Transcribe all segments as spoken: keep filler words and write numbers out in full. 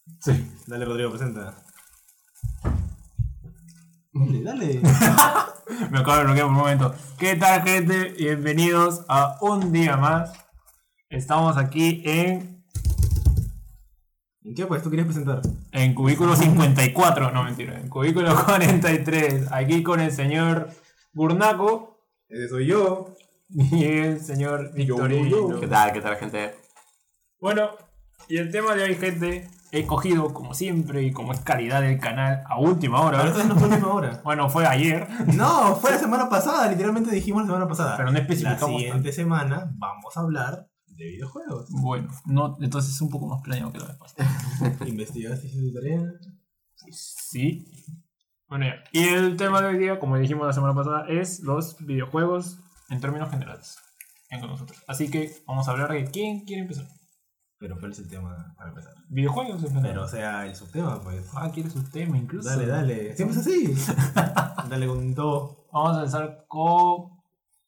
Sí. Dale, Rodrigo, presenta. Dale, dale. Me acabo de bloquear por un momento. ¿Qué tal, gente? Bienvenidos a un día más. Estamos aquí en... ¿En qué pues tú querías presentar? En cubículo cincuenta y cuatro. No, mentira. En cubículo cuarenta y tres. Aquí con el señor Burnaco Ese soy yo. y el señor Victorino. yo, yo. ¿Qué tal? ¿Qué tal, gente? Bueno, y el tema de hoy, gente, he cogido, como siempre, y como es calidad del canal, a última hora. Pero esta vez no fue la misma hora. Bueno, fue ayer, No, fue la semana pasada. Literalmente dijimos la semana pasada. pero no La especificamos. siguiente semana vamos a hablar de videojuegos. Bueno, no, entonces es un poco más planeado que la vez pasada. ¿Investigaste tu tarea? Sí. Bueno, ya. Y el tema de hoy día, como dijimos la semana pasada, es los videojuegos en términos generales. Vengan con nosotros. Así que vamos a hablar de quién quiere empezar. Pero ¿cuál es el tema para empezar? Videojuegos en general. Pero o sea, el subtema pues. Ah, quieres un tema incluso. Dale, dale. Siempre es así. Dale con todo. Vamos a empezar con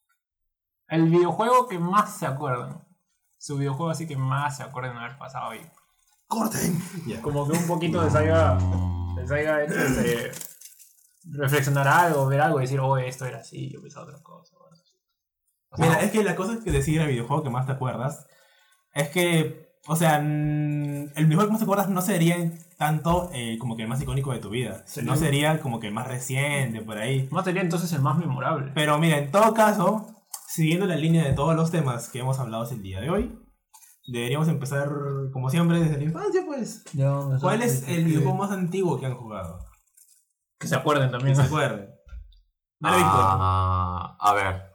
el videojuego que más se acuerdan. Su videojuego así que más se acuerdan de haber pasado ahí. ¡Corten! Ya. Como que un poquito les haya, les haya hecho este, reflexionar algo, ver algo y decir, oh, esto era así, yo pensaba otra cosa. Bueno, o sea, Mira, es que la cosa es que decir el videojuego que más te acuerdas es que, o sea, mm, el videojuego que más te acuerdas no sería tanto eh, como que el más icónico de tu vida. Sí. No sería como que el más reciente, por ahí. más sería entonces el más memorable. Pero mira, en todo caso, siguiendo la línea de todos los temas que hemos hablado el día de hoy, deberíamos empezar, como siempre, desde la infancia, pues. ¿Cuál es el videojuego más antiguo que han jugado? Que se acuerden Que también. se acuerden. Dale, Víctor. Ah, a ver.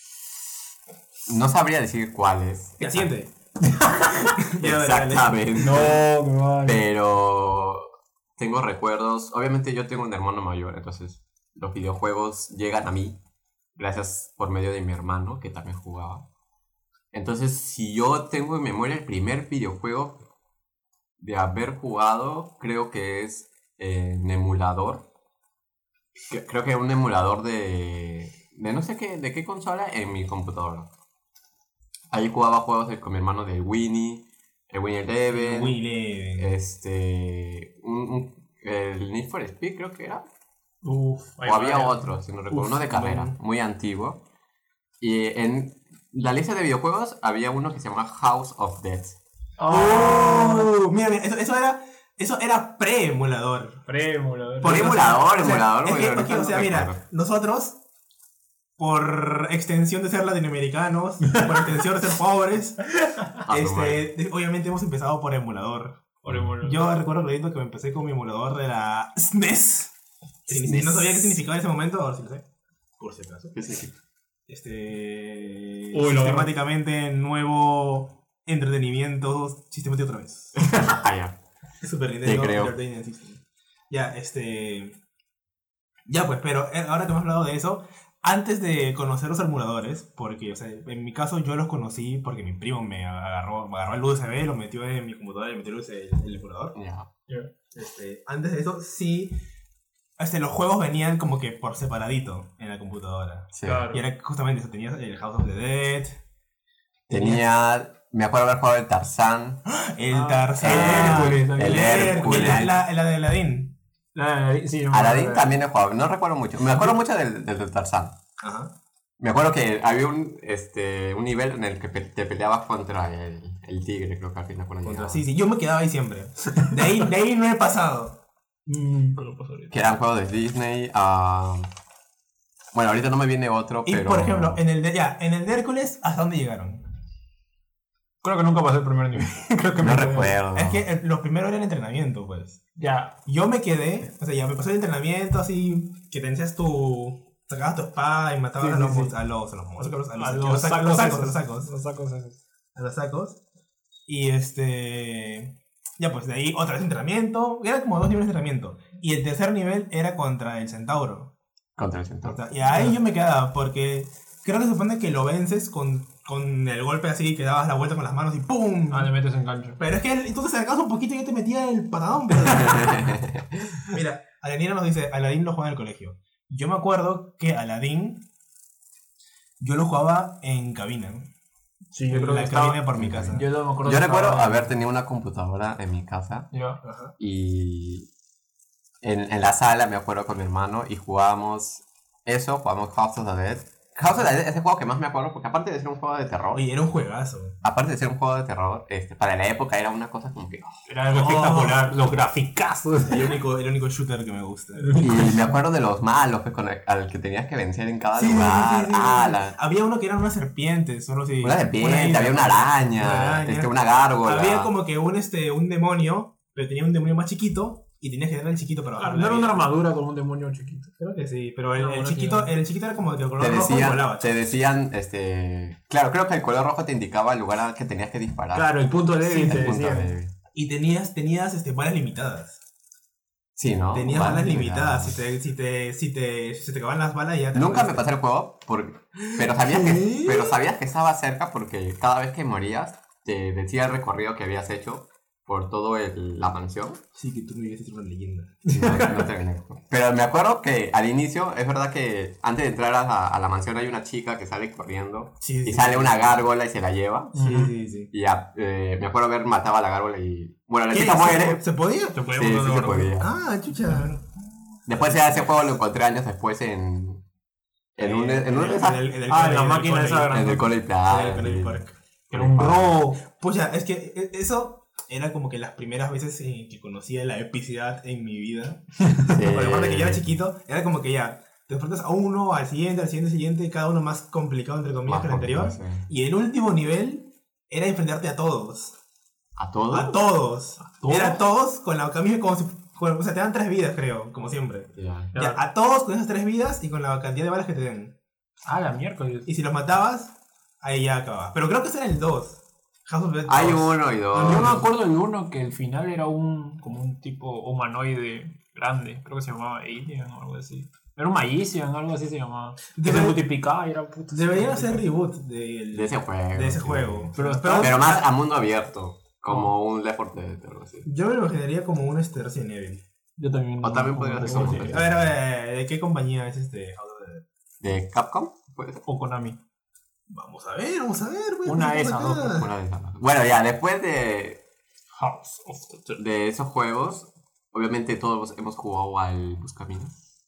No sabría decir cuál es. La siguiente. Ya, dale, dale. Exactamente. No, que vale. Pero tengo recuerdos. Obviamente yo tengo un hermano mayor, entonces los videojuegos llegan a mí gracias por medio de mi hermano, que también jugaba. Entonces, si yo tengo en memoria el primer videojuego de haber jugado, creo que es eh, en emulador. Que- Creo que un emulador de, de no sé qué, de qué consola en mi computadora. Ahí jugaba juegos de- con mi hermano de Winnie, el Winnie Eleven, Willy. este, un, un- el Need for Speed creo que era. Uf, ahí O había va, ya. otro, si no recuerdo, Uf, uno de carrera, bueno. muy antiguo. Y en la lista de videojuegos había uno que se llama House of Death. Oh, mira, mira, eso, eso era, eso era pre-emulador. Preemulador. Por emulador, o sea, emulador, es que, emulador, es que, o no sea, recuerdo. mira, nosotros, por extensión de ser latinoamericanos, por extensión de ser pobres, A su madre. este, de- obviamente hemos empezado por emulador. Por emulador. Yo recuerdo clarito que me empecé con mi emulador de la S N E S. S N E S. No sabía qué significaba en ese momento, ahora sí lo sé. Por si acaso. ¿Qué significa? Este. Uy, lo sistemáticamente nuevo entretenimiento sistemático otra vez. Ah, ya. Super Nintendo creo. Entertainment System. Ya, este. Ya, pues, pero eh, ahora que hemos hablado de eso, antes de conocer los emuladores, porque, o sea, en mi caso yo los conocí porque mi primo me agarró, me agarró el U S B, lo metió en mi computadora y metió el, U S B, el, el emulador. Ya. Este, antes de eso, sí. Este, los juegos venían como que por separadito en la computadora. Sí. Claro. Y era justamente eso, tenías el House of the Dead, Tenía. Me acuerdo haber jugado el Tarzán. el Ah, Tarzán, el Hércules también. el El Hércules, Hércules. la, la, la de Aladdin. Ah, sí, no me Aladdin acuerdo. también he jugado. No recuerdo mucho. Me acuerdo mucho del, del, del Tarzán. Ajá. Me acuerdo que había un, este, un nivel en el que pe- te peleabas contra el, el tigre, creo que al final cuando Contra, llegaba. sí, sí, yo me quedaba ahí siempre. De ahí, de ahí no he pasado. Mm, pero lo paso ahorita. Que eran juegos de Disney. ah, Bueno, ahorita no me viene otro, Y pero... por ejemplo, en el de, ya, en el de Hércules, ¿hasta dónde llegaron? Creo que nunca pasé el primer nivel. Creo que No me recuerdo. Es que el- los primeros eran entrenamiento, pues. Ya. Yo me quedé, o sea, ya me pasé el entrenamiento así, que tenías tu... Sacabas tu espada y matabas Sí, a, sí, los, sí. mos- a los a los monstruos, a los, A a los los, sacos, sacos los sacos, esos. a los sacos, Los sacos esos. a los sacos. Y este... Ya, pues de ahí otra vez entrenamiento. Eran como dos niveles de entrenamiento. Y el tercer nivel era contra el centauro. Contra el centauro. O sea, y ahí yo me quedaba, porque creo que se supone que lo vences con, con el golpe así, que dabas la vuelta con las manos y ¡pum! Ah, le metes en gancho. Pero es que él- entonces te acercabas un poquito y yo te metía el patadón. Pero... Mira, Aladín nos dice, Aladín lo juega en el colegio. Yo me acuerdo que Aladín, yo lo jugaba en cabina. Sí, yo creo la que que estaba... viene por mi casa. Yo no me acuerdo. Yo que recuerdo estaba- haber tenido una computadora en mi casa Ya. Ajá. y en, en la sala me acuerdo con mi hermano y jugábamos eso, jugábamos House of the Dead. House of the Dead es el juego que más me acuerdo porque aparte de ser un juego de terror, Oye, era un juegazo. aparte de ser un juego de terror, este, para la época era una cosa como que... Era algo Oh. espectacular, los graficazos. El único, el único shooter que me gusta. Y me acuerdo de los malos pues, con el- al que tenías que vencer en cada Sí, sí, lugar. sí, sí, sí. Ah, la- Había uno que eran unas serpientes, solo si... una serpiente, había una araña, Una araña. este, una gárgola. Había como que un, este, un demonio, pero tenía un demonio más chiquito y tenías que darle al chiquito para bajar. No era una armadura con un demonio chiquito. Creo que sí, pero el, No, el bueno, chiquito, sí. el chiquito era como de color Te rojo y decían, volaba. te decían, este... Claro, creo que el color rojo te indicaba el lugar al que tenías que disparar. Claro, el punto débil el te punto decía. débil. Y tenías, tenías este, balas limitadas. Sí, ¿no? Tenías Vale, balas ya. limitadas. Si te, si te, si te, si se te acababan las balas ya te Nunca me moriste. pasé el juego, por... pero, sabías que, ¿Qué? pero sabías que estaba cerca porque cada vez que morías te decía el recorrido que habías hecho por todo el, la mansión. Sí, que tú me ibas a hacer una leyenda. Y no, no terminé. Pero me acuerdo que al inicio, es verdad que antes de entrar a, a la mansión hay una chica que sale corriendo Sí, sí, y sale sí. una gárgola y se la lleva. Sí, Ujú. sí, sí. Y ya, eh, me acuerdo haber matado a la gárgola y... Bueno, la ¿Qué? chica ¿Se- muere. ¿Se podía? Se podía Sí, botar sí de se oro. podía. Ah, chucha. Después ya ese juego lo encontré años después en... En un... En, un, el- esa- en el- en el Ah, cole, la en el máquina cole. esa grande. en el Cole En el- Plaza. en el parque. Era un robo. Pues ya, es que e- eso era como que las primeras veces en que conocía la epicidad en mi vida. Porque aparte que yo era chiquito, era como que ya, te enfrentas a uno, al siguiente, al siguiente, al siguiente, cada uno más complicado entre comillas Más que el anterior. complicado, sí. Y el último nivel era enfrentarte a todos. ¿A todos? A todos. todos? Era todos con la camisa como si... con- o sea, te dan tres vidas, creo, como siempre. Ya. Ya, a todos con esas tres vidas y con la cantidad de balas que te den. Ah, la miércoles. Y si los matabas, ahí ya acababa. Pero creo que ese era el dos. House of the Dead Hay dos. uno y dos. Yo me acuerdo del uno que el final era un como un tipo humanoide grande. Creo que se llamaba Alien o algo así. Era un Magician, algo así se llamaba. Que Debe- se multiplicaba y era puto. Deberían hacer reboot del- De ese juego. de ese sí. juego. Pero- Pero- Pero más a mundo abierto. Como un Left four Dead o algo así. Yo me lo imaginaría como un este Resident Evil. Yo también. O también podría ser como- A ver, a ver, ¿de qué compañía es este House of the Dead? ¿De Capcom? Puede ser. O Konami. Vamos a ver, vamos a ver. güey, Una vamos de esas acá. dos, Una de esas. Bueno, ya, después de, House of the Dead. de esos juegos, obviamente todos hemos jugado al Buscaminas.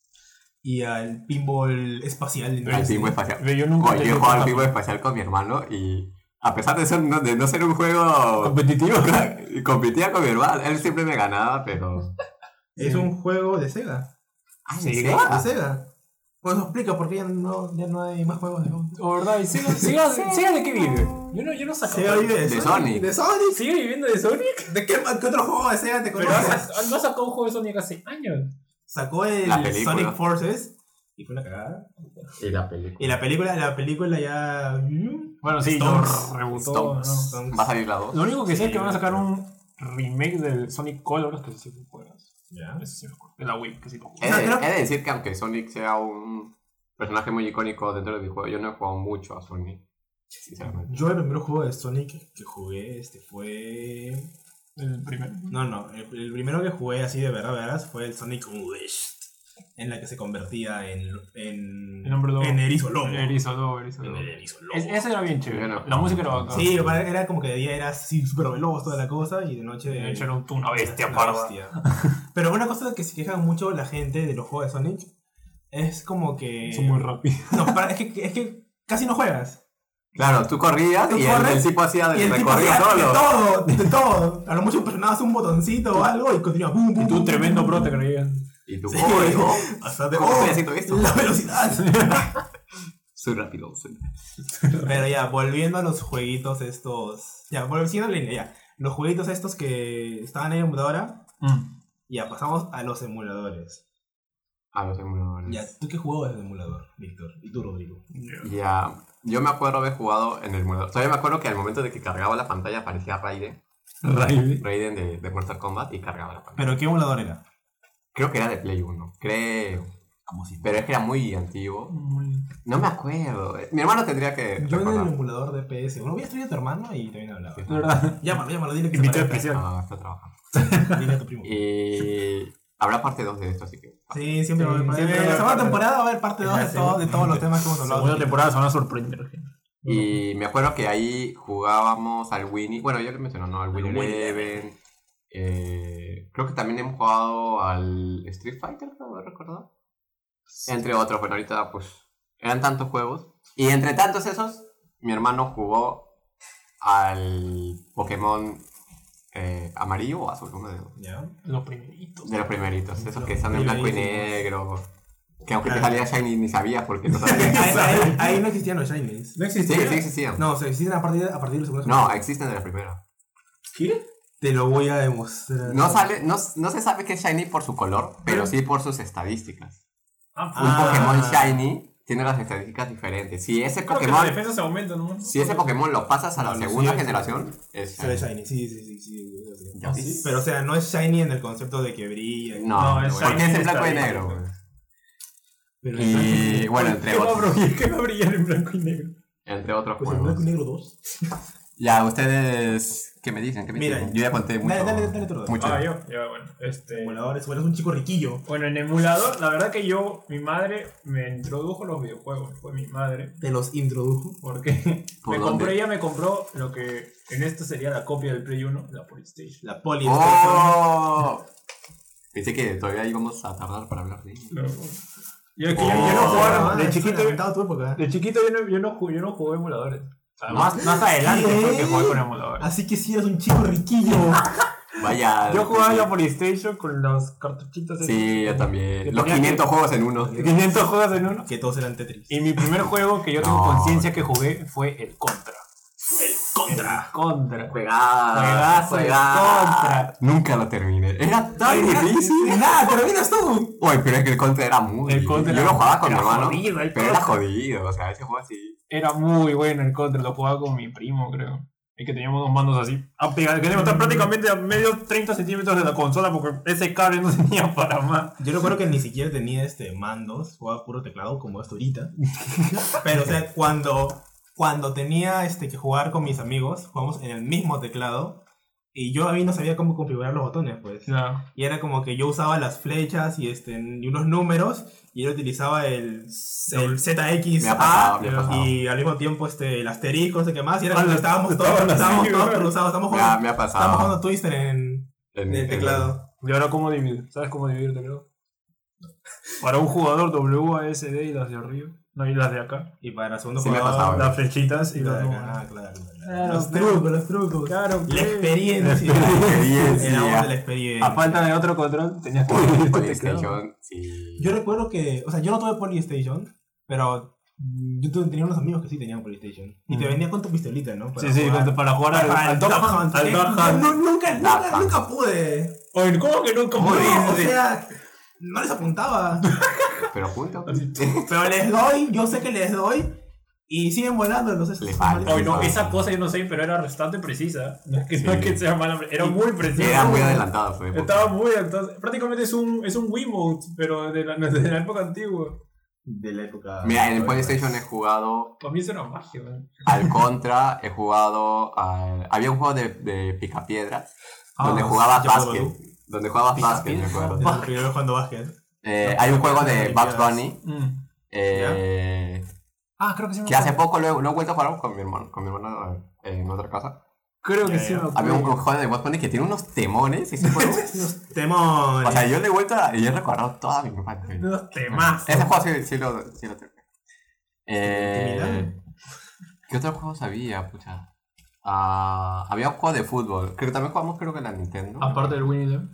Y al pinball espacial. en Al tres D. pinball espacial. Pero yo nunca Oye, he yo he tenido jugado al Konami. pinball espacial con mi hermano y a pesar de, ser, no, de no ser un juego Competitivo. competía con mi hermano, él siempre me ganaba, pero... Es un juego de Sega. Ah, ¿en Sí, serio? De Sega. Pues eso explica por qué ya no, ya no hay más juegos de O verdad, y Sega, Sega, Sega de qué vive. Yo no, yo no saco. Sega vive de, De Sonic. ¿De Sonic? ¿Sigue viviendo de Sonic? ¿De qué, qué otro juego de Sega te Pero conoces? ha sac- no ha sacado un juego de Sonic hace años. Sacó el La película. Sonic Forces y fue una cagada. Y la película. Y la película, la película ya... Bueno, sí, Stonks. lo rebotó. Stonks. ¿no? Va a salir la dos. Lo único que sé es que van a sacar Sí. un remake del Sonic Colors, que sí que juegas. Ya. Ese sí me acuerdo. De la Wii, que sí lo juego. He O sea, de, creo- he de decir que aunque Sonic sea un personaje muy icónico dentro del videojuego, yo no he jugado mucho a Sonic, sinceramente. Yo el primer juego de Sonic que jugué este fue... El primero. No, no, el, el primero que jugué así de verdad, veras, fue el Sonic Unleashed. En la que se convertía en... En, El hombre lobo. en erizo lobo. El erizo lobo, erizo En lobo. el erizo lobo. Es- ese era bien chévere. Bueno, la música era bacán. Sí, era como que de día era así súper veloz toda la cosa y de noche... De hecho, era un- una bestia una parda. bestia. Pero una cosa que se queja mucho la gente de los juegos de Sonic es como que... Son muy rápidos. No, para- es, que, es que casi no juegas. Claro, tú corrías Tú y el, corres, el tipo hacía Y el el tipo recorrido hacía de solo. todo, de todo. A lo mucho presionabas un botoncito o algo y continuaba. Pum, pum, Y tú, pum, tremendo pum, pro, pum. te creías. Y tú, Sí. oh, oh, Hasta de, ¿cómo oh, estoy haciendo esto? la velocidad. Soy rápido. soy- Pero ya, volviendo a los jueguitos estos. Ya, volviendo a la línea, ya. Los jueguitos estos que estaban en la computadora. Mm. Ya, pasamos a los emuladores. A los emuladores. Ya, ¿tú qué jugabas de emulador, Víctor? ¿Y tú, Rodrigo? Ya, yo me acuerdo haber jugado en el emulador. Todavía me acuerdo que al momento de que cargaba la pantalla aparecía Raiden. Raiden. Raiden de, de Mortal Kombat y cargaba la pantalla. ¿Pero qué emulador era? Creo que era de Play uno, creo. Como si. Pero es que era muy antiguo. Muy- No me acuerdo. Mi hermano tendría que Yo en el recordar. emulador de P S uno. Voy a traer a tu hermano y también hablaba. Sí. De verdad. Llámalo, llámalo, dile que Invitado se aparezca. especial. Ah, está trabajando. Dile a tu primo. Y habrá parte dos de esto, así que... Sí, siempre Sí, va a haber. siempre En va a la haber segunda parte. temporada va a haber parte dos de, Ajá, todo, de todos los temas que hemos hablado. Segunda temporada se van a sorprender. gente. Y me acuerdo que ahí jugábamos al Winnie. Bueno, ya lo mencionó, ¿no? Al Winnie Winnie Eleven. Eh, creo que también hemos jugado al Street Fighter, creo que recordar. Entre otros, bueno, ahorita pues eran tantos juegos. Y entre tantos esos, mi hermano jugó al Pokémon eh, amarillo o azul, uno de los. ¿Ya? Los primeritos. De los primeritos, esos Los que están en blanco y primerísimos. negro. Que aunque Claro. te salía Shiny ni sabías porque no ahí, sabías. ahí- ahí no existían los Shinies. ¿No Sí, existía? sí existían. No, se existen a partir, a partir de los segundos. No, existen de la primera. ¿Qué? Te lo voy a demostrar. No sale, no, no se sabe que es Shiny por su color, pero sí por sus estadísticas. Ah, Un Ah. Pokémon Shiny tiene las estadísticas diferentes. Si ese creo que Pokémon, la defensa se aumenta, ¿no? si ese Pokémon lo pasas a la No, no, segunda sí, generación, es Se ve Shiny. Shiny, sí, sí, sí. sí, sí, sí. Ya. Sí, pero o sea, no es Shiny en el concepto de que brilla. No, No, es porque Shiny es en blanco y estadístico. negro. güey. Pero Y bueno, entre ¿Qué va, a otros, brillar, ¿Qué va a brillar en blanco y negro? entre otros Pues en juegos. blanco y negro dos. Ya, ustedes, ¿qué me dicen? ¿Qué me Mira, dicen? Yo ya conté mucho. dale, dale, dale, dale, mucho. Ah, yo, ya, bueno. Este... Emuladores, bueno, es un chico riquillo. Bueno, en emulador, la verdad que yo, mi madre me introdujo los videojuegos, fue mi madre. Te los introdujo. Porque ¿Por me dónde? compré, ella me compró lo que en esto sería la copia del Play uno, la PlayStation. La poli. ¡Oh! Pensé que todavía íbamos a tardar para hablar de ello. No. Yo, es que yo, yo no Oh, jugaba, Ah, de es chiquito, adelantado tu época. de chiquito yo no, yo no, jugué, yo no jugué emuladores. O sea, ¿No? más, más adelante ¿Qué? fue que jugué con emuladores. Así que sí, eres un chico riquillo. Vaya. Yo jugaba en la PlayStation con los cartuchitos. esos. Sí, yo también. Que Los tenía quinientos que- juegos en uno. quinientos juegos en uno. Que todos eran Tetris. Y mi primer juego que yo tengo No. conciencia que jugué fue el Contra. El contra. El Contra. Juegazo. Juegazo de Contra. Nunca lo terminé. Era tan difícil. Nada, terminas tú. Uy, pero es que el Contra era muy. El Contra Yo era- lo jugaba con mi era hermano. jodido, el pero era Contra. jodido. O sea, ese juego así. Era muy bueno el Contra, lo jugaba con mi primo, creo. Y que teníamos dos mandos así, a pegar, que teníamos que estar prácticamente a medio treinta centímetros de la consola porque ese cable no tenía para más. Yo recuerdo que ni siquiera tenía este mandos, jugaba puro teclado como esto ahorita. Pero o sea, cuando, cuando tenía este, que jugar con mis amigos, jugamos en el mismo teclado. Y yo a mí no sabía cómo configurar los botones, pues. No. Y era como que yo usaba las flechas y, este, y unos números, y él utilizaba el, el Z X Me ha pasado, A me ha pasado. y al mismo tiempo este, el asterisco, no sé qué más. Y era Ah, como que lo- estábamos todos, estaban así, estábamos todos ¿verdad? cruzados, estamos Me ha, jugando, me ha estábamos pasado. jugando Twister en, En- en el en- teclado. ¿Y ahora cómo dividir? ¿Sabes cómo dividir teclado? Para un jugador W A S D y las de arriba. No, y las de acá. Y para el segundo Sí me ha jugador, pasado. Las flechitas y y los la de números. acá, claro, claro. Claro, Los pero- trucos, los trucos. Claro, La ¿qué? experiencia. La experiencia. El amor de la experiencia. A falta de otro control, tenías que Por dividir tu teclado. PlayStation, sí. Yo recuerdo que, o sea, yo no tuve PlayStation, pero mm, yo tuve- tenía unos amigos que sí tenían PlayStation. Y te Mm. venía con tu pistolita, ¿no? Para Sí, sí, jugar. con- para jugar al, Para al el Dog Dog Hunt. Hunt. Al Eh, Dog Hunt. no, nunca, Dog nunca, Hunt. nunca pude. Oye, ¿cómo que nunca No, pude? o sea, no les apuntaba. Pero juntos. Pero les doy, yo sé que les doy. Y siguen volando, entonces. Le falta. Oye, no, esa cosa yo no sé, pero era bastante precisa. No es que, no es que sea mala, era muy precisa. Era muy adelantado. Fue Estaba muy entonces, prácticamente es un, es un Wiimote, pero de la, de la época antigua. De la época. Mira, en el PlayStation he jugado Para mí eso era magia, man. al Contra, he jugado al... Había un juego de, de picapiedras Ah, donde sí, jugabas ya puedo, básquet. ¿no? Donde jugabas básquet, me Picapiedras. acuerdo. El primero jugando básquet. Eh, hay un juego de Bugs Bunny Mm. eh, Ah, creo que sí me que hace acuerdo. poco lo he, lo he vuelto a jugar con mi hermano, con mi hermano eh, en otra casa. Creo que Ya, sí ya. me acuerdo. Había un juego de Bugs Bunny que tiene unos temones ese juego. Los temones. O sea, yo le he vuelto a, y he recordado toda mi infancia. Unos temas. Ese juego sí, sí lo, sí lo tengo. Intimidad. Eh, ¿Qué otros juegos había, pucha? Ah, había un juego de fútbol. Creo que también jugamos creo que en la Nintendo. Aparte del Winnie Eleven.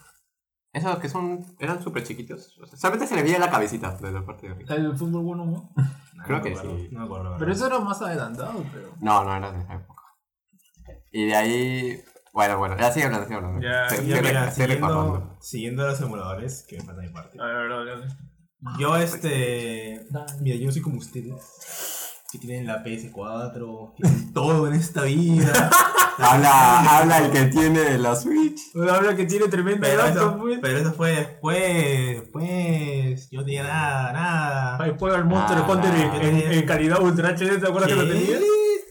Esos que son, eran súper chiquitos. O sea, solamente se le veía la cabecita de la parte de arriba. El fútbol uno, ¿no? No, creo no que me acuerdo, sí. No me acuerdo. la Pero verdad. eso era más adelantado, pero. No, no era de esa época. Y de ahí... Bueno, bueno, ya sigue hablando, sigue hablando. Ya, Estoy- Ya, estoy- mira, estoy recordando. siguiendo, siguiendo los emuladores, que me falta mi parte. A ver, dale, dale. Yo, este. Mira, yo no soy como ustedes, que tienen la P S cuatro, que tienen todo en esta vida. Habla, habla el que tiene la Switch. Habla que tiene tremenda Pero edad, eso, pues. pero eso fue después. Después. Yo no tenía nada, nada. Ahí juega el Monster Ah, Hunter en, nah. en- en calidad Ultra H D, ¿te acuerdas que lo ¿Qué? tenías?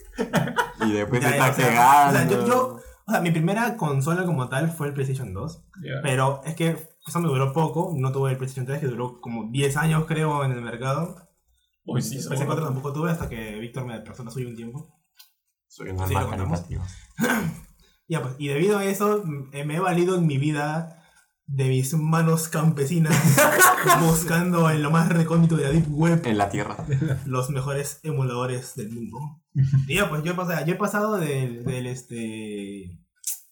Y después Ya, te ya, está o sea, pegando. o sea, yo, yo- o sea, mi primera consola como tal fue el PlayStation dos. Ya. Pero es que eso me duró poco. No tuve el PlayStation tres, que duró como diez años, creo, en el mercado. Uy, sí, P C cuatro tampoco tuve hasta que Víctor me prestó la suya un tiempo. Soy un Sí, alma lo contamos. caritativo. Ya, pues, y debido a eso, m- me he valido en mi vida de mis manos campesinas buscando en lo más recóndito de la Deep Web En la tierra. los mejores emuladores del mundo. Y ya, pues yo he pasado, yo he pasado del, del este.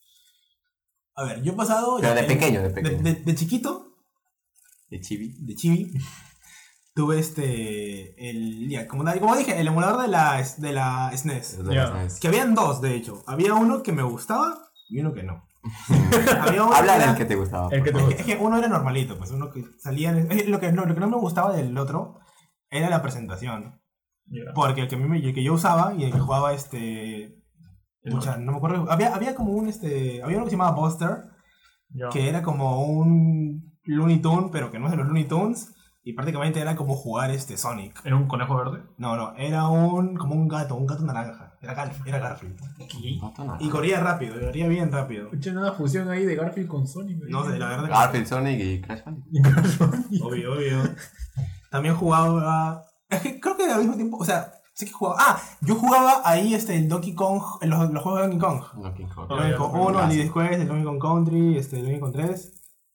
A ver, yo he pasado. Pero de en- pequeño, de pequeño. De, de chiquito, De chibi. de chibi, tuve este. El, ya, como, como dije, el emulador de la, de la S N E S. De Ya. las nice. Que habían dos, de hecho. Había uno que me gustaba y uno que no. Había uno Habla que era- del que te gustaba. El que te por Es que, es que uno era normalito, pues uno que salía. en- es Lo que, no, lo que no me gustaba del otro era la presentación. Ya. Porque el que, a mí me- el que yo usaba y el que jugaba este. Pucha, no me acuerdo. Había, había como un este. Había uno que se llamaba Buster, Ya. que era como un Looney Tunes, pero que no es de los Looney Tunes. Y prácticamente era como jugar este Sonic. ¿Era un conejo verde? No, no, era un. como un gato, un gato naranja. Era Garfield, era Garfield. ¿Qué? Pato nada. Y corría rápido, y corría bien rápido. Escuché una fusión ahí de Garfield con Sonic. No sé, la verdad que. Garfield, Sonic y Crash Bandicoot. Obvio, obvio. También jugaba. Es que creo que al mismo tiempo. O sea, sí que jugaba. Ah, yo jugaba ahí este, el Donkey Kong. En los, los juegos de Donkey Kong. Donkey Kong. Ah, Donkey ya, Kong lo uno, clásico. el después, el Donkey Kong Country, este, el Donkey Kong tres.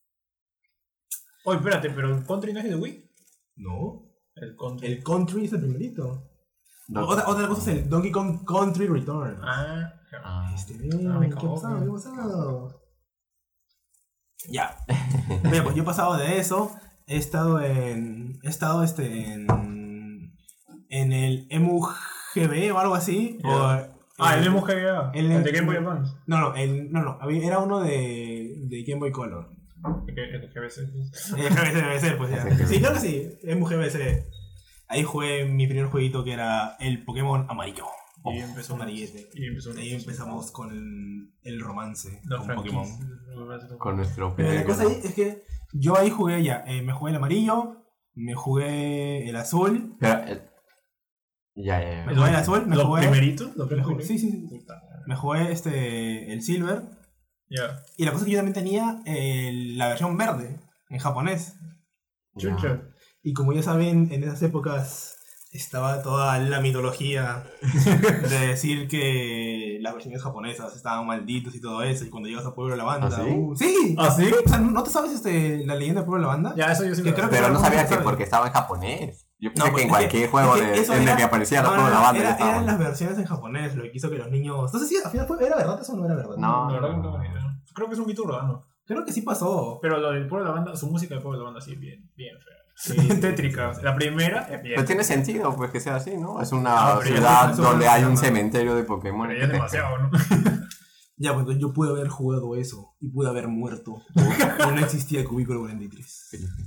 Oye, espérate, pero el Country no es de Wii. No. El Country. El Country es el primerito. Donkey- Otra, otra cosa es el Donkey Kong Country Return. Ah, ya. Ah. Este, bien, Ah, me ¿qué ha cago, pasado? me ¿Qué ha pasado? Ya. Mira, pues yo he pasado de eso. He estado en. He estado este en. En el Emu G B o algo así. Ya. O, Ah, el Emo G B A. el- El de Game Boy Advance. No, no, el, no, no. había- Era uno de, de Game Boy Color. El que- el G B C. El G B C debe ser, pues ya. Sí, creo que sí. Emu G B C. Ahí jugué mi primer jueguito que era el Pokémon amarillo. Y empezó amarillete. Y empezó Ahí empezamos con el, el romance la con franquicia. Pokémon. Con nuestro Pero la pequeño. cosa ahí es que yo ahí jugué ya. eh, me jugué el amarillo, me jugué el azul. Pero, eh, ya, ya, Me ya. jugué el azul, me ¿Los jugué. primeritos? ¿Los me jugué- primeritos? sí, sí, sí. Puta madre. Me jugué este, el silver. Ya. Y la cosa es que yo también tenía eh, la versión verde en japonés. Ya. Chucha. Y como ya saben, en esas épocas estaba toda la mitología de decir que las versiones japonesas estaban malditos y todo eso. Y cuando llegas a Pueblo de la Banda. ¿Ah, sí? uh, sí. ¿Ah, sí? O sea, ¿no te sabes este, la leyenda de Pueblo de la Banda? Ya, eso yo sí Que me creo Pero no Pero sabía ¿cómo que sabe? porque estaba en japonés. Yo pensé pues, que en es cualquier que- juego es que de, eso en el era- que aparecía no, la no, la no, banda ya era- estaba. eran las versiones en japonés, lo que hizo que los niños. No sé si al final fue, era verdad eso o no era verdad. No. La verdad que no tengo ni idea. Creo que es un mito urbano. Creo que sí pasó. Pero lo del pueblo de la banda, su música del pueblo de la banda sí es bien, bien fea. Sí, Tétrica. La primera es bien. Pero tiene sentido pues que sea así, ¿no? Es una Ah, pero ya ciudad eso donde no hay se un llama. cementerio de Pokémon. Pero ya es demasiado, ¿no? Ya, pues yo pude haber jugado eso y pude haber muerto. Pero no existía el Cubículo cuarenta y tres.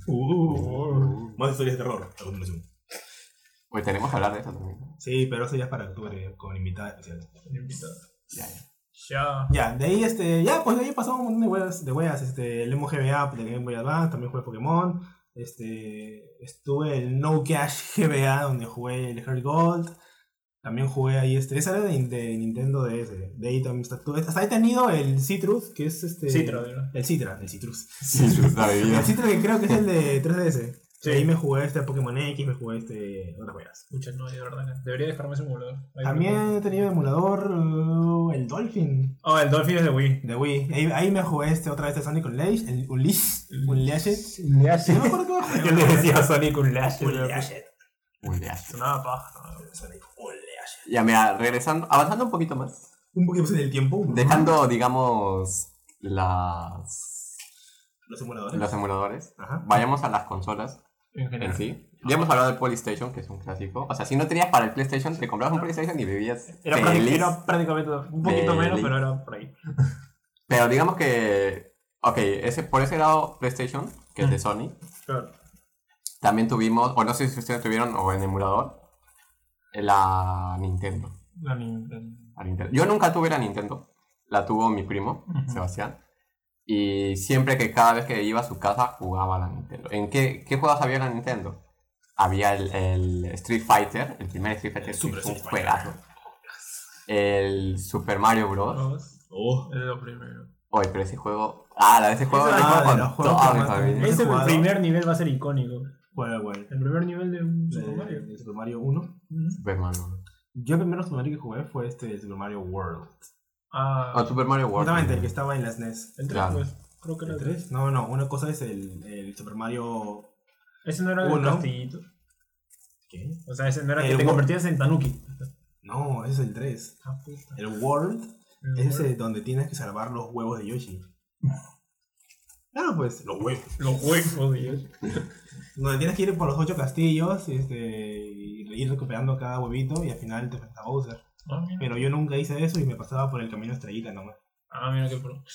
Uh, Más historias de terror, a continuación. Pues tenemos que hablar de eso también. ¿no? Sí, pero eso ya es para octubre con invitada especial. invitado. Ya, ya. Ya. Ya, de ahí este, ya, pues de ahí pasó un montón de weas, de weas, este, el Emo G B A de Game Boy Advance, también jugué Pokémon, este, estuve el No Cash G B A donde jugué el Heart Gold, también jugué ahí este, esa era de, de Nintendo D S, de ahí también está, tuve- hasta ahí he tenido el Citrus, que es este, Citra, ¿verdad? el Citra, el Citrus, Sí, la bebida. el Citra que creo que es el de tres D S. Sí. Ahí me jugué este Pokémon X, me jugué este otras weas. Escucha, no, de verdad. Debería dejarme ese emulador. Ahí También he tenido emulador uh, el Dolphin. Oh, el Dolphin es de Wii. De Wii. Ahí, ahí me jugué este otra vez de Sonic Unleashed. El Unleashed. Unleashed. Sí, Unleashed. no me acuerdo qué juego. Yo le decía a Sonic Unleashed. Unleashed. Muy bien. Sonaba paja. Sonic Unleashed. Ya, mira, regresando, avanzando un poquito más. Un poquito más en el tiempo. Dejando, digamos, las, Los emuladores. los emuladores. Ajá. Vayamos a las consolas En en general. sí. Ya hemos hablado del PlayStation, que es un clásico. O sea, si no tenías para el PlayStation, te comprabas un PlayStation y vivías Era, feliz. prácticamente, era prácticamente un poquito Feliz. menos, pero era por ahí. Pero digamos que... Ok, ese, por ese lado PlayStation, que es de Mm. Sony. Claro. También tuvimos, o no sé si ustedes tuvieron, o en emulador, la Nintendo. La Nintendo. La Nintendo. Yo nunca tuve la Nintendo. La tuvo mi primo, Ujú. Sebastián. Y siempre que cada vez que iba a su casa jugaba a la Nintendo. ¿En qué, qué juegos había en la Nintendo? Había el, el Street Fighter, el primer Street Fighter, El que Super es un Street Fighter. juegazo. El Super Mario Bros. Dos. Oh. Es lo primero. Oye, pero ese juego... Ah, la de ese juego Ese lo era juego de con los juegos toda que mi más- familia. ¿Ese Ese jugado? primer nivel va a ser icónico. ¿Cuál, cuál? El primer nivel de un Super De, Mario. de Super Mario uno. Super Mario. Yo el primer Super Mario que jugué fue este Super Mario World. Ah, Ah, Super Mario World. Justamente el que estaba en la S N E S. el tres, claro. pues. Creo que era ¿El el tres. tres? No, no, una cosa es el, el Super Mario... Ese no era el Uno. castillito. ¿Qué? O sea, ese no era El que te Wo- convertías en Tanuki. No, ese es el tres. Ah, puta. El World El es World. ese donde tienes que salvar los huevos de Yoshi. Claro, pues, los huevos. Los huevos, Dios. Donde tienes que ir por los ocho castillos y, este, y ir recuperando cada huevito y al final te enfrentas a Bowser. Ah, mira. Pero yo nunca hice eso y me pasaba por el camino estrellita nomás. Ah, mira qué pro.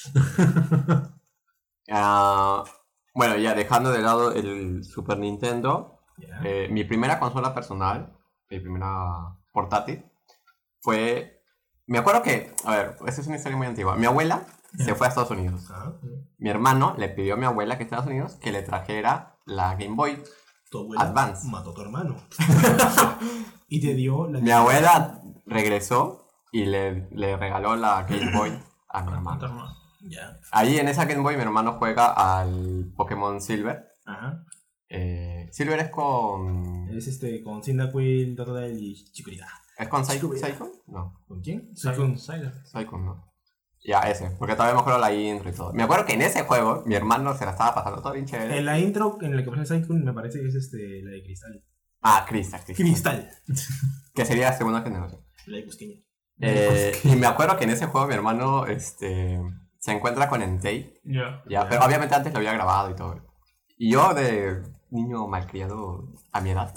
Ah, bueno, ya dejando de lado el Super Nintendo, Ya. eh, mi primera consola personal, mi primera portátil, fue... Me acuerdo que, a ver, esta es una historia muy antigua. Mi abuela se fue a Estados Unidos. Ajá. Mi hermano le pidió a mi abuela que está en Estados Unidos que le trajera la Game Boy. Tu abuela Advance. mató a tu hermano. Y te dio la... Mi abuela regresó y le, le regaló la Game Boy a mi hermano. Hermano. Ya. Ahí en esa Game Boy mi hermano juega al Pokémon Silver. Ajá. Eh, Silver es con... Es este con Cyndaquil, Totodile y Chikorita. ¿Es con Psycho? Chico, ¿Psycho? No, ¿Con quién? Psycho. Con... Psycho no. Ya, ese, porque todavía me acuerdo la intro y todo. Me acuerdo que en ese juego mi hermano se la estaba pasando todo bien chévere. En la intro en la que aparece Psycho me parece que es este, la de Cristal. Ah, Crystal, Crystal. Cristal. Que sería la segunda generación. La de Cusqueña. Eh, y me acuerdo que en ese juego mi hermano este, se encuentra con Entei. Ya. Ya, pero obviamente antes lo había grabado y todo. Y yo de niño malcriado a mi edad,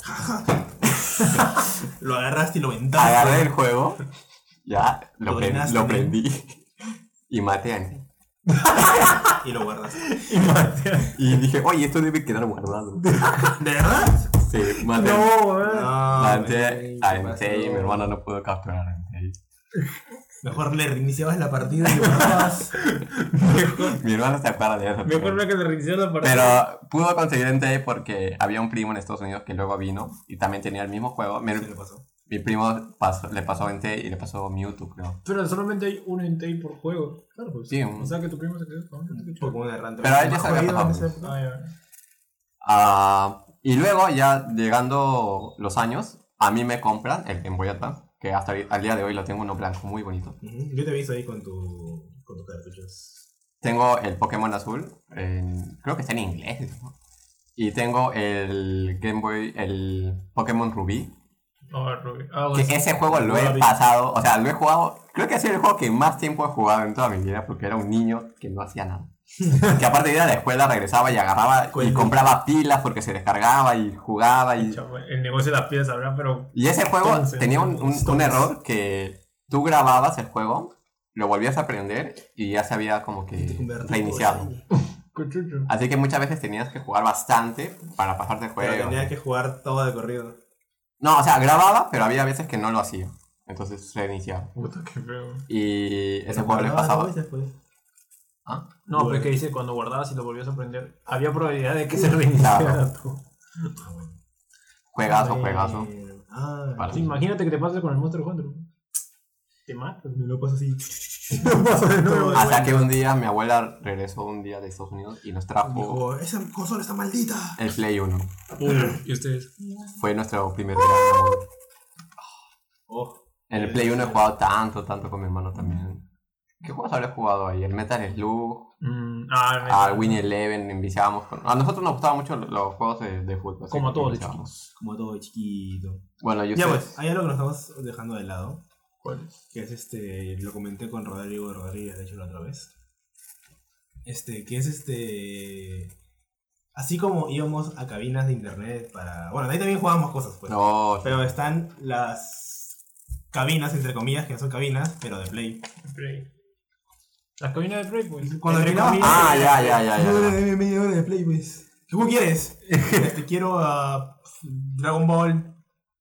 Lo agarraste y lo ventaste. agarré el juego, ya, lo, Lo pre- orinaste, lo ¿no? prendí y maté a Entei. Y lo guardaste. Y maté. Y dije, oye, esto debe quedar guardado. ¿De verdad? Sí, maté, No, weón. maté güey, a ¿qué Entei y pasó? mi hermano no pudo capturar a Entei. Mejor le reiniciabas la partida y lo guardabas. Mi hermano se acuerda de eso. Mejor no que se reiniciara la partida. Pero pudo conseguir Entei porque había un primo en Estados Unidos que luego vino y también tenía el mismo juego. Mi, ¿Qué le pasó? mi primo pasó- le pasó Entei y le pasó Mewtwo, creo. Pero solamente hay un Entei por juego. Claro, pues. Sí, un- O sea que tu primo se quedó con un Entei. Pokémon errante. Pero a él ya se había ¿Jodido en pasado. esa época? Ah, ya. Ah, y luego, ya llegando los años, a mí me compran el Game Boy Advance, que hasta el- al día de hoy lo tengo uno blanco muy bonito. Ujú. Yo te he visto ahí con tu con tus cartuchos. Tengo el Pokémon azul, en- creo que está en inglés, ¿no? Y tengo el Game Boy, el Pokémon Rubí, Ah, Ruby. Ah, que bueno. ese juego lo he Rubí. pasado, o sea, lo he jugado, creo que ha sido el juego que más tiempo he jugado en toda mi vida, porque era un niño que no hacía nada. Que aparte de ir a la escuela regresaba y agarraba y Cuenta. compraba pilas porque se descargaba y jugaba y... Chavo, el negocio de las piezas, ¿verdad? Pero. Y ese juego Entonces, tenía un, un- un entonces. error que tú grababas el juego, lo volvías a prender y ya se había como Y te que convertías reiniciado. ahí. Cuchucho. Así que muchas veces tenías que jugar bastante para pasarte el Pero juego. tenías que jugar todo de corrido. No, o sea, grababa, pero había veces que no lo hacía. Entonces reiniciaba. Puta, qué feo. Y ese Pero juego le guardabas pasaba. dos veces, pues. ¿Ah? No, Bueno. pero que dice cuando guardabas y lo volvías a prender, había probabilidad de que se reiniciara Claro. todo. Ah, bueno. Juegazo, Bueno. juegazo. Ah, Vale. Sí, imagínate que te pase con el Monster Hunter. Te matas. me lo paso así. Lo paso de nuevo. Todo. Hasta que un día mi abuela regresó un día de Estados Unidos y nos trajo Dijo, esa consola está maldita. el Play uno. Uy, ¿y ustedes? Fue nuestro primer gran amor. Oh. En el Play uno he jugado tanto, tanto con mi hermano también. ¿Qué juegos habré jugado ahí? El Metal Slug, Mm, ah, al Winnie Eleven, enviciábamos con... A nosotros nos gustaban mucho los, los juegos de, de fútbol. así Como a que todos de enviciábamos. chiquitos. Como todo chiquito. Bueno, yo Ya sé... pues, hay algo que nos estamos dejando de lado. ¿Cuál es? Que es este, lo comenté con Rodrigo Rodríguez, de hecho, la otra vez. Este, que es este... Así como íbamos a cabinas de internet para... Bueno, ahí también jugábamos cosas, pues. No, Pero están las cabinas, entre comillas, que no son cabinas, pero de Play. Play. Las cabinas de Play, pues. Cuando Entre terminaba- comillas, Ah, ya, ya, ya, ya. No, ya. dame media hora de Play, pues. ¿Qué juego quieres? Este, quiero a Dragon Ball